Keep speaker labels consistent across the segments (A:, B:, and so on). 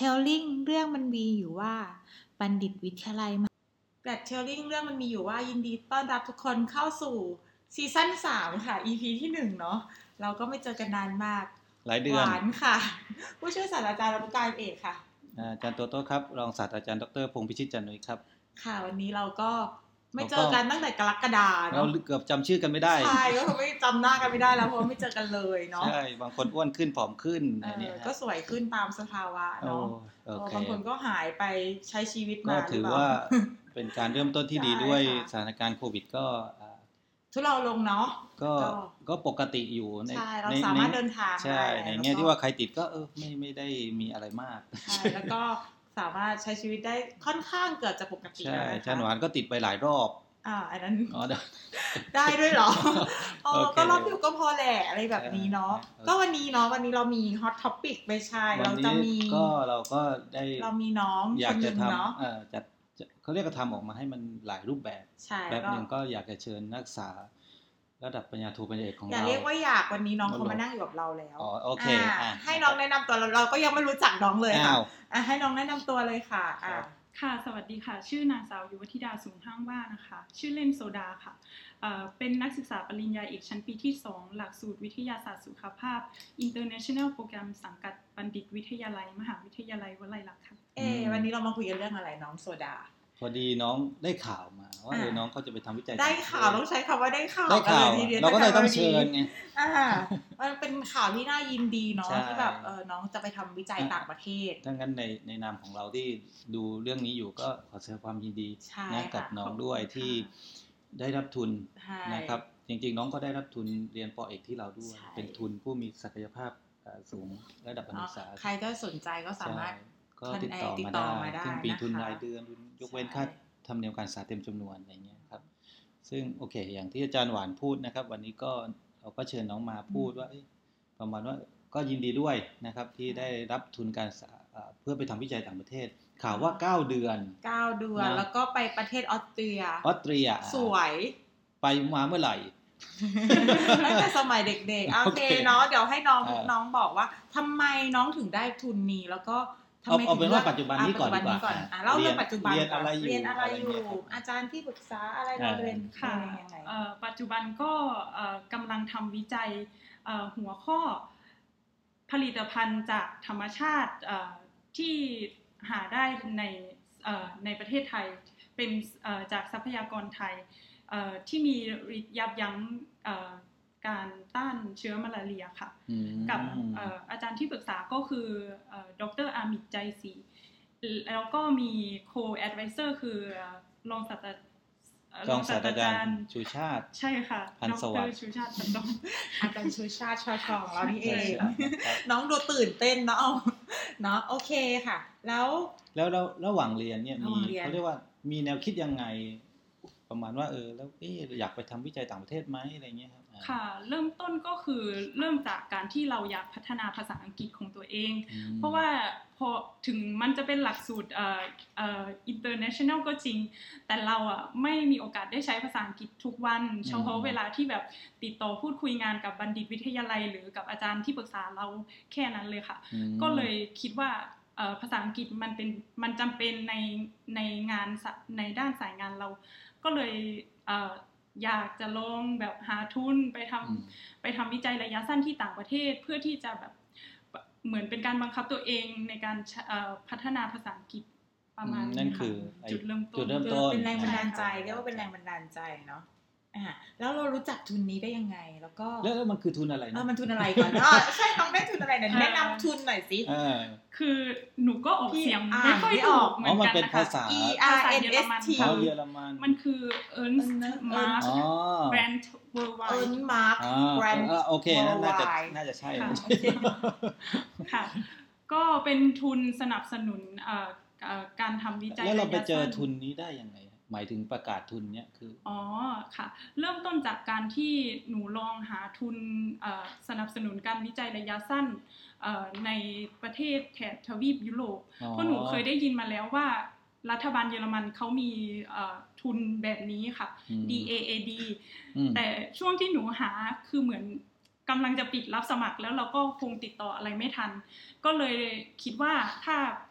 A: Telling เรื่องมันมีอยู่ว่าบัณฑิตวิทยาลัยTelling เรื่องมันมีอยู่ว่ายินดีต้อนรับทุกคนเข้าสู่ซีซั่น3ค่ะ EP ที่1เนาะเราก็ไม่เจอกันนานมาก
B: หลายเดือน
A: หวานค่ะผู้ช่วยศาสตราจารย์รัฐการเอกค่ะ
B: อาจารย์โตโต้ครับรองศาสตราจารย์ดร.พงษ์พิชิตจันทร์นุ้ยครับ
A: ค่ะวันนี้เราก็ไม่เจอกันตั้งแต่กรกฎาคม
B: เราเกือบจำชื่อกันไม่ได้
A: ใช่ก็ไม่จำหน้ากันไม่ได้แล้วเพราะไม่เจอกันเลยเนาะ
B: ใช่บางคนอ้วนขึ้นผอมขึ้น
A: ก็สวยขึ้นตามสภาวะเนาะบางคนก็หายไปใช้ชีวิตมา
B: ก็ถือว่าเป็นการเริ่มต้นที่ดีด้วยสถานการณ์โควิดก็
A: ทุเลาลงเนาะ
B: ก็ปกติอยู่
A: ในเราสามารถเดินทาง
B: ใช่ในแง่ที่ว่าใครติดก็ไม่ได้มีอะไรมาก
A: ใช่แล้วก็สามารถใช้ชีวิตได้ค่อนข้างเกือบจะปกติ
B: ใช่ชาหวานก็ติดไปหลายรอบ
A: อันนั้นได้ด้วยเหรอก็รอบเดียวก็พอแหละอะไรแบบนี้เนาะก็วันนี้เรามีฮอตท็อปิกไม่ใช่เราจะมี
B: เราก็ได้
A: เรามีน้อง
B: อยากจะทำจัดเขาเรียกกระทำออกมาให้มันหลายรูปแบบแบบนึงก็อยากจะเชิญนักศึกษาระดับปริญญาโทปริญญาเอกของเรา
A: อย่าเรียกว่าอยากวันนี้น้องเขามานั่งอยู่กับเราแล้ว
B: โอเค
A: ให้น้องแนะนำตัวเราก็ยังไม่รู้จักน้องเลยค่ะให้น้องแนะนำตัวเลยค่ะ
C: ค่ะสวัสดีค่ะชื่อนางสาวยุวธิดาสูงห้างว่านะคะชื่อเล่นโซดาค่ะเป็นนักศึกษาปริญญาเอกชั้นปีที่2หลักสูตรวิทยาศาสตร์สุขภาพ International Program สังกัดบัณฑิตวิทยาลัยมหาวิทยาลัยวลัยลักษณ์ค่ะ
A: วันนี้เรามาคุยกันเรื่องอะไรน้องโซดา
B: พอดีน้องได้ข่าวมาว่าน้องเขาจะไปทำวิจัย
A: ได้ข่าวต้องใช้คำว่าได้ข่าว
B: เราก็เลยต้องเชิญไง
A: มันเป็นข่าวที่น่ายินดีเนาะที่แบบน้องจะไปทำวิจัยต่างประเทศ
B: ดังนั้นในนามของเราที่ดูเรื่องนี้อยู่ก็ขอแสดงความยินดีนะกับน้องด้วยที่ได้รับทุนนะครับจริงๆน้องก็ได้รับทุนเรียนป.เอกที่เราด้วยเป็นทุนผู้มีศักยภาพสูงระดับการศึกษา
A: ใครก็สนใจก็สามารถ
B: ก็ติดต่อมาได้ซึ่งปีทุนรายเดือนยกเว้นค่าธรรมเนียมการศึกษาเต็มจำนวนอะไรเงี้ยครับซึ่งโอเคอย่างที่อาจารย์หวานพูดนะครับวันนี้ก็เราก็เชิญน้องมาพูดว่าประมาณว่าก็ยินดีด้วยนะครับที่ได้รับทุนการศึกษาเพื่อไปทำวิจัยต่างประเทศข่าวว่า9 เดือน
A: แล้วก็ไปประเทศออสเตรียสวย
B: ไปมาเมื่อไหร่
A: ตั้งแต่สมัยเด็กๆโอเคเนาะเดี๋ยวให้น้องบอกว่าทำไมน้องถึงได้ทุนนี้แล้วก็
B: เอาเป็นว่าปัจจุบันนี้ก่อนดีกว่า
A: เล่าเรื่องปัจจุบัน
B: เรียนอะไรอยู่
A: อาจารย์ที่ปรึกษาอะไรเราเรียน
C: ค่ะปัจจุบันก็กำลังทำวิจัยหัวข้อผลิตภัณฑ์จากธรรมชาติที่หาได้ในประเทศไทยเป็นจากทรัพยากรไทยที่มีฤทธิ์ยับยั้งการต้านเชื้อมาลาเรียค่ะกับอาจารย์ที่ปรึกษาก็คือดร.อามิตใจศรีแล้วก็มีโคแอดไวเซอร์คือรองศาสตราจารย์
B: ชูชาติ
C: ใช่ค่ะ
B: พันสวัสดิ์
C: ชูชาติด
A: อาจารย์ชูชาติชอของเรานี่เองน้องดูตื่นเต้นเนาะโอเคค่ะแล้ว
B: ระหว่างเรียนเนี่ยมีเขาเรียกว่ามีแนวคิดยังไงประมาณว่าแล้วอยากไปทำวิจัยต่างประเทศไหมอะไรเงี้ยครับ
C: ค่ะเริ่มต้นก็คือเริ่มจากการที่เราอยากพัฒนาภาษาอังกฤษของตัวเองเพราะว่าพอถึงมันจะเป็นหลักสูตรinternational ก็จริงแต่เราไม่มีโอกาสได้ใช้ภาษาอังกฤษทุกวันเฉพาะเวลาที่แบบติดต่อพูดคุยงานกับบัณฑิตวิทยาลัยหรือกับอาจารย์ที่ปรึกษาเราแค่นั้นเลยค่ะก็เลยคิดว่าภาษาอังกฤษมันจำเป็นในงานในด้านสายงานเราก็เลยอยากจะลองแบบหาทุนไปทำวิจัยระยะสั้นที่ต่างประเทศเพื่อที่จะแบบเหมือนเป็นการบังคับตัวเองในการพัฒนาภาษาอังกฤษประมาณนี้
B: นั่นคือ
C: จุดเริ่มต้น
A: เป็นแรงบันดาลใจเรียกว่าเป็นแรงบันดาลใจเนาะแล้วเรารู้จักทุนนี้ได้ยังไงแล้ว
B: มันคือทุนอะไร
A: นะมันทุนอะไรก่อนใช่น้องได้ทุนอะไรเนี่ยแนะนำทุนหน่อยสิ
C: คือหนูก็ออกเสียงไม่ค่อยออกเหมือนกัน
B: มันเป็น
C: นะคะ
B: ภาษา
A: ERNST
B: เยอรมัน
C: มันคือ Ernst Mark Grant Worldwide
A: Ernst Mark Grant
B: โอเคน่าจะใช่
C: ค่ะก็เป็นทุนสนับสนุนการทำวิจัย
B: แล้วเราไปเจอทุนนี้ได้ยังไงหมายถึงประกาศทุนเนี้ยคือ
C: ค่ะเริ่มต้นจากการที่หนูลองหาทุนสนับสนุนการวิจัยระยะสั้นในประเทศแถบทวีปยุโรปเพราะหนูเคยได้ยินมาแล้วว่ารัฐบาลเยอรมันเขามีทุนแบบนี้ค่ะ DAAD แต่ช่วงที่หนูหาคือเหมือนกำลังจะปิดรับสมัครแล้วเราก็คงติดต่ออะไรไม่ทันก็เลยคิดว่าถ้า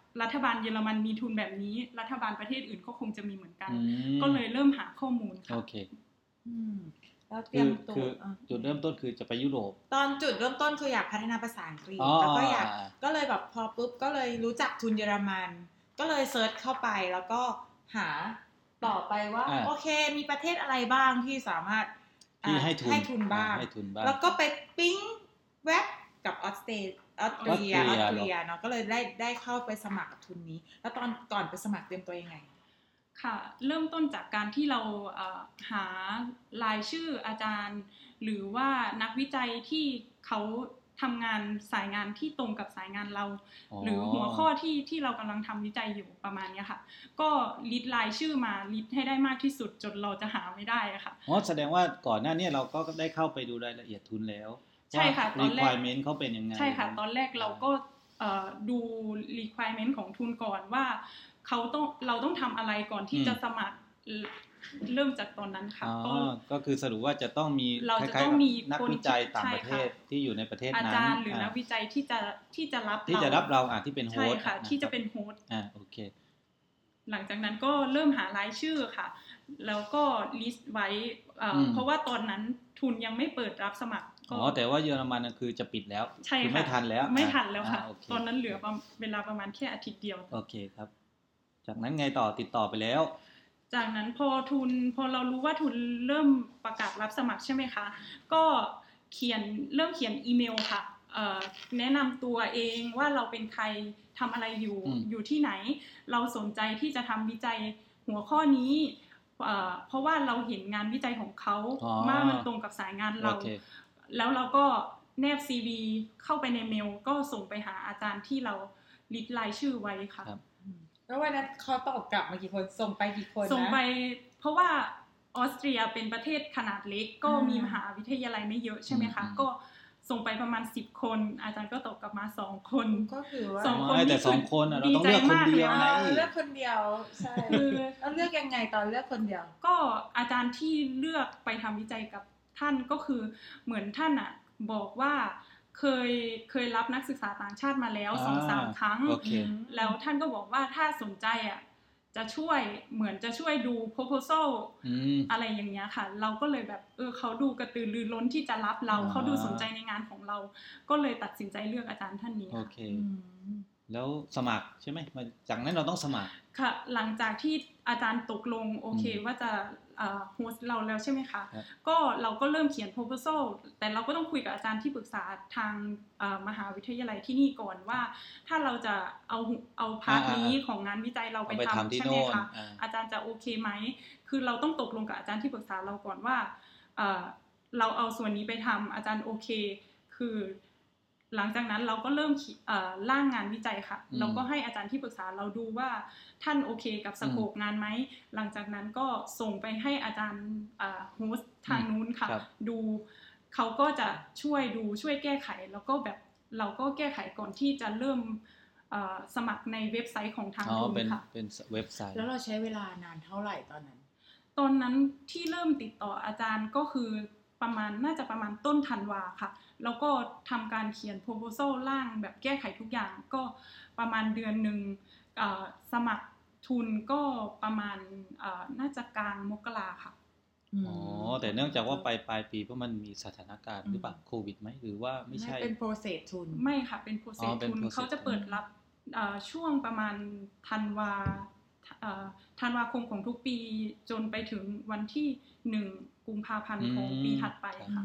C: รัฐบาลเยอรมันมีทุนแบบนี้รัฐบาลประเทศอื่นก็คงจะมีเหมือนกัน
B: อืม
C: ก็เลยเริ่มหาข้อมูลค่ะ
B: โอเค
A: แล้วเตรียมตัว
B: คือจุดเริ่มต้นคือจะไปยุโรป
A: ตอนจุดเริ่มต้นคืออยากพัฒนาภาษาอังกฤษ
B: อ๋อ
A: แล้วก็ก็เลยแบบพอปุ๊บก็เลยรู้จักทุนเยอรมัน ก็เลยเซิร์ชเข้าไปแล้วก็หาต่อไปว่าโอเคมีประเทศอะไรบ้างที่สามารถ
B: ที่ให้ทุน
A: บ้าง
B: ให้ทุนบ้าง
A: แล้วก็ไปปิ๊งเว็บกับออสเตรียเนาะก็เลยได้เข้าไปสมัครกับทุนนี้ แล้วตอนก่อนไปสมัครเตรียมตัวยังไง
C: ค่ะเริ่มต้นจากการที่เราหารายชื่ออาจารย์ หรือว่านักวิจัยที่เขาทำงานสายงานที่ตรงกับสายงานเรา หรือหัวข้อที่เรากำลังทำวิจัยอยู่ประมาณนี้ค่ะก็ลิสต์รายชื่อมาลิสต์ให้ได้มากที่สุดจนเราจะหาไม่ได้ค่ะ
B: แสดงว่าก่อนหน้านี้เราก็ได้เข้าไปดูรายละเอียดทุนแล้ว
C: ใช่ค่ะตอนแรก
B: requirement เขาเป็นยังไง
C: ใช่ค่ะตอนแรกเราก็ดู requirement ของทุนก่อนว่าเราต้องทำอะไรก่อนที่จะสมัครเริ่มจากตอนนั้นค่ะ
B: ก็คือสรุปว่าจะต้องมี
C: คล้ายๆ
B: นักวิจัยต่างประเทศที่อยู่ในประเทศนั้น
C: อาจารย์หรือนักวิจัยที่จะรับ
B: เราที่เป็นโฮสต์
C: ใช่ค่ะที่จะเป็นโฮสต์
B: โอเค
C: หลังจากนั้นก็เริ่มหารายชื่อค่ะแล้วก็ลิสต์ไว้เพราะว่าตอนนั้นทุนยังไม่เปิดรับสมัคร
B: แต่ว่าเยอรมันคือจะปิดแล้ว
C: คือ
B: ไม่ทันแล้ว
C: ค่ะตอนนั้นเหลือเวลาประมาณแค่อาทิตย์เดียว
B: โอเคครับจากนั้นไงต่อติดต่อไปแล้ว
C: จากนั้นพอเรารู้ว่าทุนเริ่มประกาศรับสมัครใช่ไหมคะก็เริ่มเขียนอีเมลค่ะแนะนำตัวเองว่าเราเป็นใครทำอะไรอยู่ที่ไหนเราสนใจที่จะทำวิจัยหัวข้อนี้เพราะว่าเราเห็นงานวิจัยของเขาว่ามันตรงกับสายงานเราแล้วเราก็แนบ CV เข้าไปในเมลก็ส่งไปหาอาจารย์ที่เราลิสต์รายชื่อไว้ค่ะ
A: แล้ววันนั้นเขาตอบกลับมากี่คนส่งไปกี่คนนะ
C: ส่งไปเพราะว่าออสเตรียเป็นประเทศขนาดเล็กก็มีมหาวิทยาลัยไม่เยอะใช่ไหมคะก็ส่งไปประมาณ10คนอาจารย์ก็ตอบกลับมา2คน
A: ก็คือว่า
B: 2คนแต่2คนเราต้องเลือกคนเดียวไง
A: เลือกคนเดียวใช่แล้วเลือกยังไงตอนเลือกคนเดียว
C: ก็อาจารย์ที่เลือกไปทำวิจัยกับท่านก็คือเหมือนท่านอ่ะบอกว่าเคยรับนักศึกษาต่างชาติมาแล้ว 2-3 ครั้งแล้วท่านก็บอกว่าถ้าสนใจอ่ะจะช่วยดู proposal อะไรอย่างเงี้ยค่ะเราก็เลยแบบเขาดูกระตือรือร้นที่จะรับเราเขาดูสนใจในงานของเราก็เลยตัดสินใจเลือกอาจารย์ท่านนี้ค่ะ
B: แล้วสมัครใช่ไหมจากนั้นเราต้องสมัคร
C: ค่ะหลังจากที่อาจารย์ตกลงโอเคว่าจะโฮสต์เราแล้วใช่ไหมคะก็เราก็เริ่มเขียน proposal แต่เราก็ต้องคุยกับอาจารย์ที่ปรึกษาทางมหาวิทยาลัยที่นี่ก่อนว่าถ้าเราจะเอาพาร์ทนี้ของงานวิจัยเราไปทำใช่ไหมคะอาจารย์จะโอเคไหมคือเราต้องตกลงกับอาจารย์ที่ปรึกษาเราก่อนว่าเราเอาส่วนนี้ไปทำอาจารย์โอเคคือหลังจากนั้นเราก็เริ่มร่างงานวิจัยค่ะเราก็ให้อาจารย์ที่ปรึกษาเราดูว่าท่านโอเคกับสโคปงานไหมหลังจากนั้นก็ส่งไปให้อาจารย์โฮสต์ทางนู้นค่ะดูเขาก็จะช่วยแก้ไขแล้วก็แบบเราก็แก้ไขก่อนที่จะเริ่มสมัครในเว็บไซต์ของทางนู้นค่ะ
B: เป็นเว็บไซต์
A: แล้วเราใช้เวลานานเท่าไหร่ตอน
C: นั้นที่เริ่มติดต่ออาจารย์ก็คือน่าจะประมาณต้นธันวาค่ะแล้วก็ทำการเขียน proposal ร่างแบบแก้ไขทุกอย่างก็ประมาณเดือนนึงสมัครทุนก็ประมาณน่าจะกลางมกราค่ะ
B: แต่เนื่องจากว่าปลายปีเพราะมันมีสถานการณ์หรือเปล่าโควิดไหมหรือว่าไม่ใช่
A: เป็น process ทุน
C: ไม่ค่ะเป็น process ทุนเขาจะเปิดรับช่วงประมาณธันวาคมของทุกปีจนไปถึงวันที่1กุมภาพันธ์ของปีถัดไปค่ะ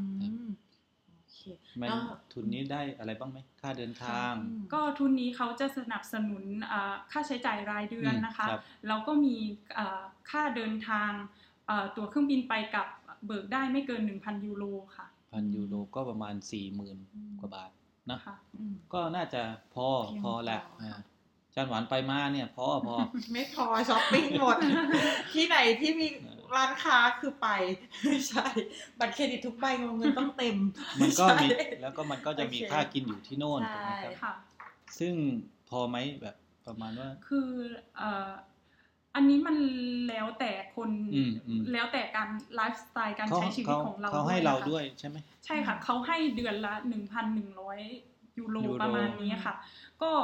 B: ทุนนี้ได้อะไรบ้างไหมค่าเดินทาง
C: ก็ทุนนี้เขาจะสนับสนุนค่าใช้จ่ายรายเดือนนะคะแล้วก็มีค่าเดินทางตั๋วเครื่องบินไปกับเบิกได้ไม่เกิน 1,000 ยูโรค่ะ
B: 1,000 ยูโรก็ประมาณ 40,000 กว่าบาทนะก็น่าจะพอแหละจานหวานไปมาเนี่ยพอ
A: ไม่พอช้อปปิ้งหมด ที่ไหนที่มีร้านค้าคือไปใช่บัตรเครดิตทุกใบเงินต้องเต็ม
B: มันก็มีแล้วก็มันก็จะมีค่ากินอยู่ที่โน่นถูกไหมครับซึ่งพอไหมแบบประมาณว่า
C: คืออันนี้มันแล้วแต่คนแล้วแต่การไลฟ์สไตล์การใช้ชีวิตของเรา
B: เขาให้เราด้วยใช่ไหม
C: ใช่ค่ะเขาให้เดือนละ 1,100 ยูโรประมาณนี้ค่ะก็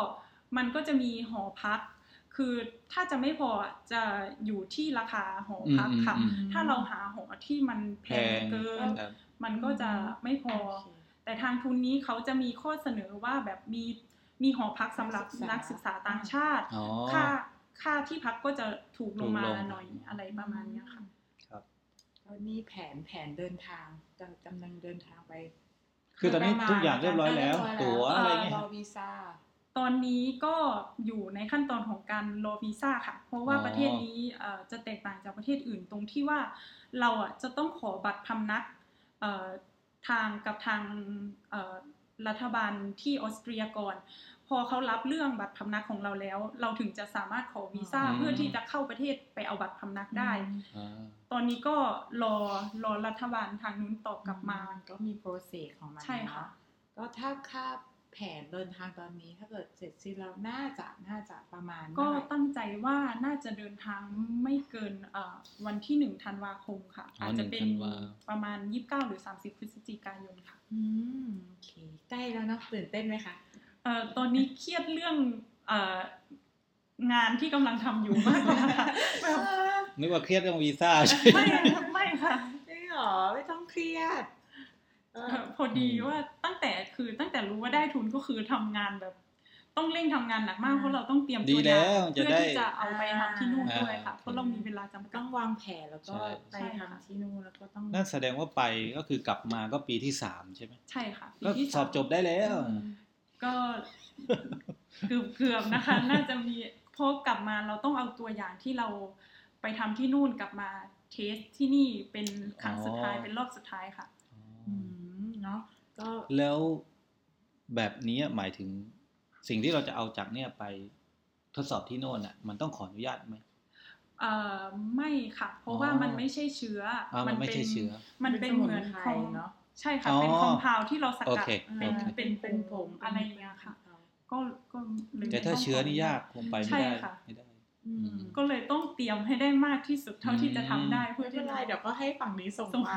C: มันก็จะมีหอพักคือถ้าจะไม่พอจะอยู่ที่ราคาหอพักค่ะถ้าเราหาหอที่มันแพงเกินมันก็จะไม่พอแต่ทางทุนนี้เขาจะมีข้อเสนอว่าแบบมีหอพักสำหรับนักศึกษาต่างชาติค่าที่พักก็จะถูกลงมาหน่อยอะไรประมาณนี้ค่ะ
A: ครับแล้วนี่แผนเดินทางกำลังเดินทางไป
B: คือตอนนี้ทุกอย่างเรียบร้อยแล้วตั๋วอะไรเงี้ย
A: รอวีซ่า
C: ตอนนี้ก็อยู่ในขั้นตอนของการรอวีซ่าค่ะเพราะว่าประเทศนี้จะแตกต่างจากประเทศอื่นตรงที่ว่าเราจะต้องขอบัตรพำนักทางรัฐบาลที่ออสเตรียก่อนพอเขารับเรื่องบัตรพำนักของเราแล้วเราถึงจะสามารถขอวีซ่าเพื่อที่จะเข้าประเทศไปเอาบัตรพำนักได้ตอนนี้ก็รอรัฐบาลทางนู้นตอบกลับมา
A: ก็มีโปรเซสของมัน
C: ใช่ค่ะ
A: ก็ถ้าค่าแผนเดินทางตอนนี้ถ้าเกิดเสร็จสิ้นแล้วน่าจะประมาณ
C: ก็ตั้งใจว่าน่าจะเดินทางไม่เกินวันที่1ธันวาคมค่ะอาจจะเป็นประมาณ29หรือ30พฤศจิกายนค่ะ
A: โอเคใกล้แล้วเนาะตื่นเต้นไหมคะ
C: ตอนนี้เครียดเรื่องงานที่กำลังทำอยู่มากเลยค่ะ
B: นึกว่าเครียดเรื่องวีซ่าใช่
C: ไม่ค่ะ
A: ไม่หรอไม่ต้องเครียด
C: พอดีว่าตั้งแต่รู้ว่าได้ทุนก็คือทำงานแบบต้องเร่งทำงานหนักมากเพราะเราต้องเตรียมตัวเพื่อที่จะเอาไปทำที่นู่นด้วยค่ะเพราะเรามีเวลาจำกัด
A: ต้องวางแผนแล้วก็ไปทำที่นู่นแล้วก็ต้อง
B: นั่นแสดงว่าไปก็คือกลับมาก็ปีที่3ใช่ไหม
C: ใช่ค่ะ
B: ก็สอบจบได้แล้ว
C: ก็เกือบนะคะน่าจะมีพอกลับมาเราต้องเอาตัวอย่างที่เราไปทำที่นู่นกลับมาเทสที่นี่เป็นครั้งสุดท้ายเป็นรอบสุดท้ายค่ะ
A: เนาะก็
B: แล้วแบบนี้หมายถึงสิ่งที่เราจะเอาจากเนี่ยไปทดสอบที่โน่นอ่ะมันต้องขออนุญาตไหม
C: ไม่ค่ะเพราะว่ามันไม่ใช่เชื้อ
B: มันไม่ใช่เชื้อ
C: มันเป็นเหมือนเนาะใช่ค่ะเป็นคอมเพลที่เราสกัดเป็นผงอะไรอย่างเงี้ยค่ะก็
B: แต่ถ้าเชื้อนี่ยากคงไปไม่ได้
C: ก็เลยต้องเตรียมให้ได้มากที่สุดเท่าที่จะทำได้
A: เพื่อที่เดี๋ยวก็ให้ฝั่งนี้ส่งไป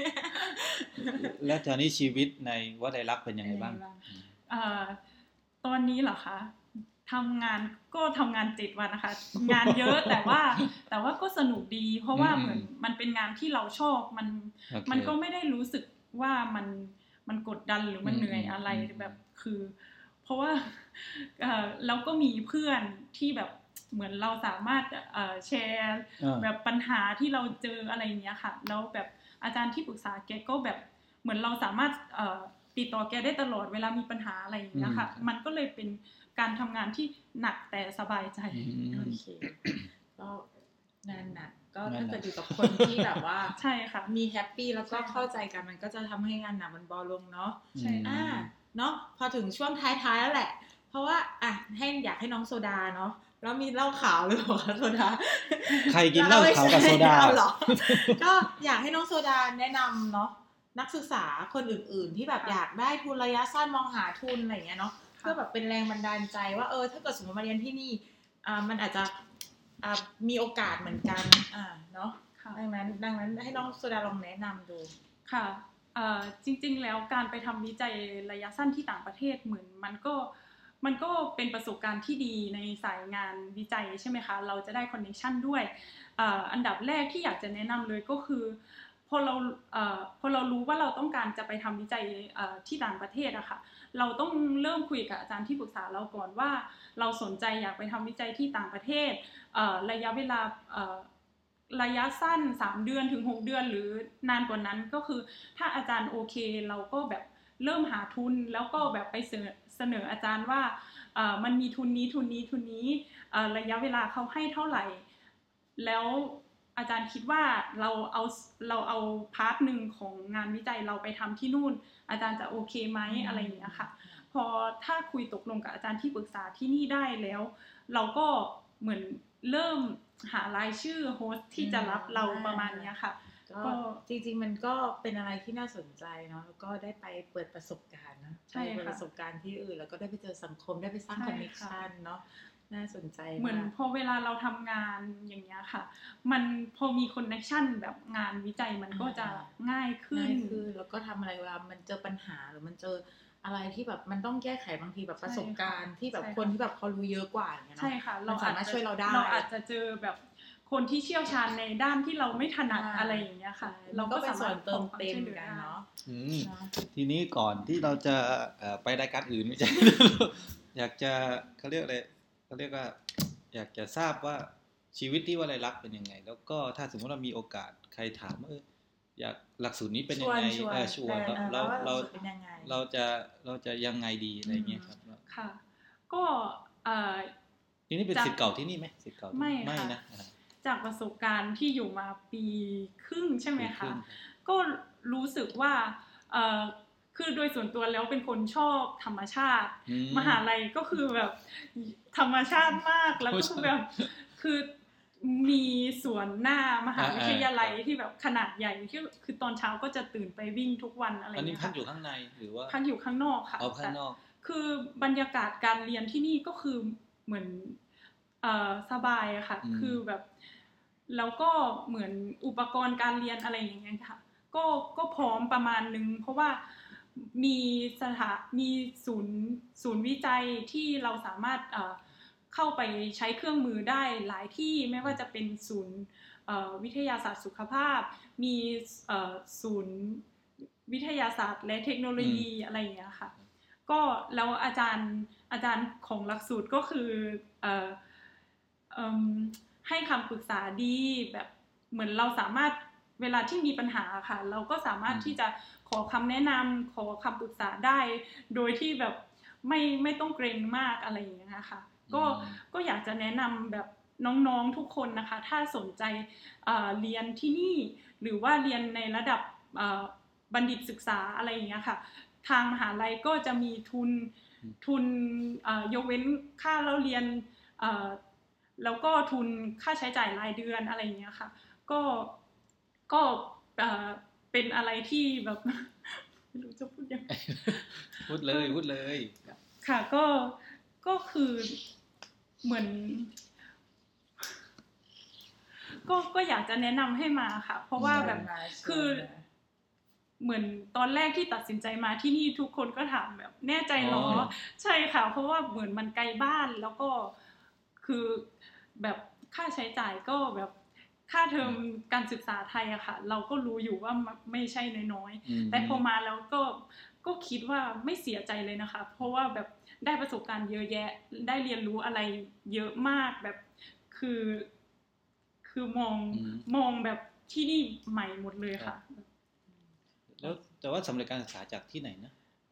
B: แล้วตอนนี้ชีวิตในวัดไตรลักษณ์เป็นยังไงบ้าง
C: ตอนนี้เหรอคะทำงาน7 วันนะคะงานเยอะแต่ว่าก็สนุกดีเพราะว่าเหมือนมันเป็นงานที่เราชอบมันก็ไม่ได้รู้สึกว่ามันกดดันหรือมันเหนื่อยอะไรแบบคือเพราะว่าเราก็มีเพื่อนที่แบบเหมือนเราสามารถแชร์แบบปัญหาที่เราเจออะไรอย่างเงี้ยค่ะแล้วแบบอาจารย์ที่ปรึกษาแกก็แบบเหมือนเราสามารถติดต่อแกได้ตลอดเวลามีปัญหาอะไรอย่างเงี้ยค่ะมันก็เลยเป็นการทำงานที่หนักแต่สบายใจ
A: โอเคก็งานหนักก็ถ้าเกิดอยู่กับคนที่แบบว่า
C: ใช่ค่ะ
A: มีแฮปปี้แล้วก็เข้าใจกันมันก็จะทำให้งานหนักมันเบาลงเนาะ
C: ใช่
A: เนาะพอถึงช่วงท้ายๆแล้วแหละเพราะว่าอยากให้น้องโซดาเนาะแล้วมีเหล้าขาวหรือเปล่าโซดา
B: ใครกินเหล้าขาวกับโซดา
A: หรอก็อยากให้น้องโซดาแนะนำเนาะนักศึกษาคนอื่นๆที่แบบอยากได้ทุนระยะสั้นมองหาทุนอะไรอย่างเงี้ยเนาะเพื่อแบบเป็นแรงบันดาลใจว่าถ้าเกิดสมมติมาเรียนที่นี่มันอาจจะมีโอกาสเหมือนกันเนาะดังนั้นให้น้องโซดาลองแนะนำดู
C: ค่ะจริงๆแล้วการไปทำวิจัยระยะสั้นที่ต่างประเทศเหมือนมันก็เป็นประสบการณ์ที่ดีในสายงานวิจัยใช่ไหมคะเราจะได้คอนเนคชั่นด้วยอันดับแรกที่อยากจะแนะนำเลยก็คือพอเรารู้ว่าเราต้องการจะไปทำวิจัยที่ต่างประเทศอะค่ะเราต้องเริ่มคุยกับอาจารย์ที่ปรึกษาเราก่อนว่าเราสนใจอยากไปทำวิจัยที่ต่างประเทศระยะเวลาระยะสั้น3เดือนถึง6เดือนหรือนานกว่านั้นก็คือถ้าอาจารย์โอเคเราก็แบบเริ่มหาทุนแล้วก็แบบไปเสนออาจารย์ว่ามันมีทุนนี้ระยะเวลาเขาให้เท่าไหร่แล้วอาจารย์คิดว่าเราเอาพาร์ทนึงของงานวิจัยเราไปทำที่นู่นอาจารย์จะโอเคไหมอะไรอย่างเงี้ยค่ะพอถ้าคุยตกลงกับอาจารย์ที่ปรึกษาที่นี่ได้แล้วเราก็เหมือนเริ่มหารายชื่อโฮสต์ที่จะรับเราประมาณนี้ค่ะ
A: ก็จริงๆมันก็เป็นอะไรที่น่าสนใจเนาะแล้วก็ได้ไปเปิดประสบการณ์นะ
C: ไปเปิด
A: ประสบการณ์ที่อื่นแล้วก็ได้ไปเจอสังคมได้ไปสร้างคอนเนคชั่นเนาะน่าสนใจ
C: เหมือนพอเวลาเราทำงานอย่างเงี้ยค่ะมันพอมีคอนเนคชั่นแบบงานวิจัยมันก็จะง่ายขึ้น
A: แล้วก็ทำอะไรเวลามันเจอปัญหาหรือมันเจออะไรที่แบบมันต้องแก้ไขบางทีแบบประสบการณ์ที่แบบ
C: ใช่ค่ะ
A: คนที่แบบเขารู้เยอะกว่าอย่างเงี้ยเนาะ
C: ใช่ค่ะ
A: มันสามารถช่วยเราได้
C: เราอาจจะเจอแบบคนที่เชี่ยวชาญในด้านที่เราไม่ถนัดอะไรอย่างเงี้ยค่ะ
A: เราก็เป็นส่วนเติมเต็มกันเนาะ
B: ทีนี้ก่อนที่เราจะไปรายการอื่นไม่ใช่ อยากจะเขาเรียกอะไรเขาเรียกว่าอยากจะทราบว่าชีวิตที่วลัยลักษณ์เป็นยังไง แล้วก็ถ้าสมมติว่ามีโอกาสใครถามว่าอยากหลักสูตรนี้เป็นยังไงชวนเราจะยังไงดีอะไรเงี้ยครับ
C: ค่ะก็
B: นี่เป็นศิษย์เก่าที่นี่ไหมศิษย์เก่าไม่นะ
C: จากประสบการณ์ที่อยู่มาปีครึ่งใช่ไหมคะก็รู้สึกว่าคือโดยส่วนตัวแล้วเป็นคนชอบธรรมชาติมหาลัยก็คือแบบธรรมชาติมากแล้วก็คือแบบคือมีสวนหน้ามหาวิทยาลัยที่แบบขนาดใหญ่ที่คือตอนเช้าก็จะตื่นไปวิ่งทุกวันอะไรอย่างเงี้ย
B: อันนี้พักอยู่ข้างในหรือว่า
C: พักอยู่ข้างนอกค่ะ
B: ข้างนอก
C: คือบรรยากาศการเรียนที่นี่ก็คือเหมือนสบายอะค่ะคือแบบแล้วก็เหมือนอุปกรณ์การเรียนอะไรอย่างเงี้ยค่ะก็พร้อมประมาณนึงเพราะว่ามีศูนย์วิจัยที่เราสามารถเข้าไปใช้เครื่องมือได้หลายที่ไม่ว่าจะเป็นศูนย์วิทยาศาสตร์สุขภาพมีศูนย์วิทยาศาสตร์และเทคโนโลยีอะไรอย่างเงี้ยค่ะก็แล้วอาจารย์ของหลักสูตรก็คือให้คำปรึกษาดีแบบเหมือนเราสามารถเวลาที่มีปัญหาค่ะเราก็สามารถที่จะขอคำแนะนำขอคำปรึกษาได้โดยที่แบบไม่ต้องเกรงมากอะไรอย่างเงี้ยค่ะก็อยากจะแนะนำแบบน้องๆทุกคนนะคะถ้าสนใจเรียนที่นี่หรือว่าเรียนในระดับบัณฑิตศึกษาอะไรอย่างเงี้ยค่ะทางมหาลัยก็จะมีทุนยกเว้นค่าเล่าเรียนแล้วก็ทุนค่าใช้จ่ายรายเดือนอะไรอย่างเงี้ยค่ะก็เป็นอะไรที่แบบไม่รู้จะพูดยังไง
B: พูดเลย
C: ค่ะก็คือเหมือนก็อยากจะแนะนำให้มาค่ะเพราะว่าแบบคือเหมือนตอนแรกที่ตัดสินใจมาที่นี่ทุกคนก็ถามแบบแน่ใจหรอใช่ค่ะเพราะว่าเหมือนมันไกลบ้านแล้วก็คือแบบค่าใช้จ่ายก็แบบค่าเทอมการศึกษาไทยอะค่ะเราก็รู้อยู่ว่าไม่ใช่น้อยๆแต่พอมาแล้วก็คิดว่าไม่เสียใจเลยนะคะเพราะว่าแบบได้ประสบการณ์เยอะแยะได้เรียนรู้อะไรเยอะมากแบบคือมองแบบที่นี่ใหม่หมดเลยค่ะ
B: แล้วแต่ว่าสำเร็จการศึกษาจากที่ไหนนะ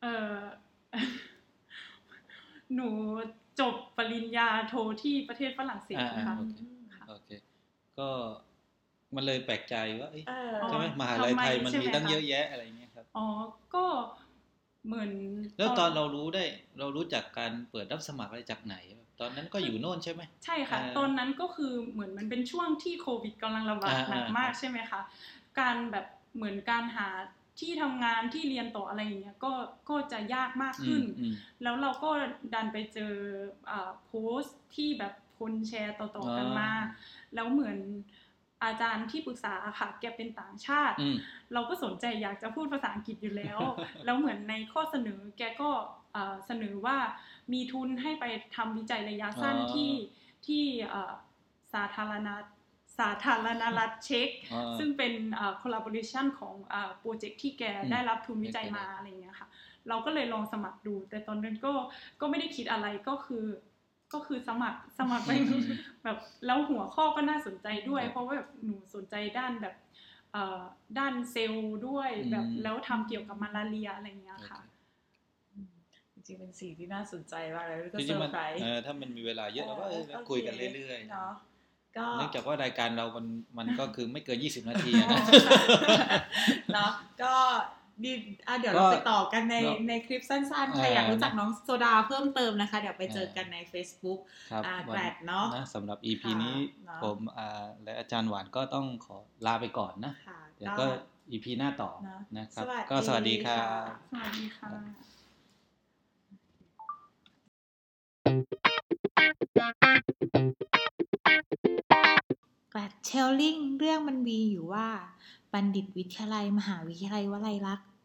C: หนูจบปริญญาโทที่ประเทศฝรั่งเศสค่ะ
B: โอเคก็มันเลยแปลกใจว่าใช่ไหมมหาลัยไทยมันมีตั้งเยอะแยะอะไรเงี้ยครับ
C: ก็เหมือน
B: แล้วตอนเรารู้จากการเปิดรับสมัครอะไรจากไหนตอนนั้นก็อยู่โน่นใช่ไหม
C: ใช่ค่ะตอนนั้นก็คือเหมือนมันเป็นช่วงที่โควิดกำลังระบาดหนักมากใช่ไหมคะการแบบเหมือนการหาที่ทำงานที่เรียนต่ออะไรอย่างเงี้ยก็จะยากมากขึ้นแล้วเราก็ดันไปเจอโพสต์ที่แบบคนแชร์ต่อๆกันมาแล้วเหมือนอาจารย์ที่ปรึกษาค่ะแกเป็นต่างชาติเราก็สนใจอยากจะพูดภาษาอังกฤษอยู่แล้ว แล้วเหมือนในข้อเสนอแกก็เสนอว่ามีทุนให้ไปทำวิจัยระยะสั้นที่สาธารณรัฐเช็กซึ่งเป็นcollaboration ของโปรเจกต์ที่แกได้รับทุนวิจัยมาอะไรอย่างเงี้ยค่ะเราก็เลยลองสมัครดูแต่ตอนนั้นก็ไม่ได้คิดอะไรก็คือสมัครไปแบบแล้วหัวข้อก็น่าสนใจด้วยเพราะว่าแบบหนูสนใจด้านแบบด้านเซลล์ด้วยแบบแล้วทำเกี่ยวกับมาลาเรียอะไรอย่างเงี้ยค่ะ
A: จริงๆเป็นสิ่งที่น่าสนใจมากเลยก็เซอร์ไพรส์
B: ถ้ามันมีเวลาเยอะเราก็คุยกันเรื่อยๆ
A: เนาะ
B: เนื่องจากว่ารายการเรามันก็คือไม่เกิน20 นาทีนะ
A: เนาะก็เดี๋ยวเราไปต่อกันในคลิปสั้นๆใครอยากรู้จักน้องโซดาเพิ่มเติมนะคะเดี๋ยวไปเจอกันใน Facebook แกลดเนาะ
B: สำหรับ EP นี้ผมและอาจารย์หวานก็ต้องขอลาไปก่อนนะเดี๋ยวก็ EP หน้าต่อนะครับก็สวัสดีครับ
C: สวัสดีค่ะ
A: แกลดเชลลิงเรื่องมันมีอยู่ว่าบัณฑิตวิทยาลัยมหาวิทยาลัยวลัยลักษณ์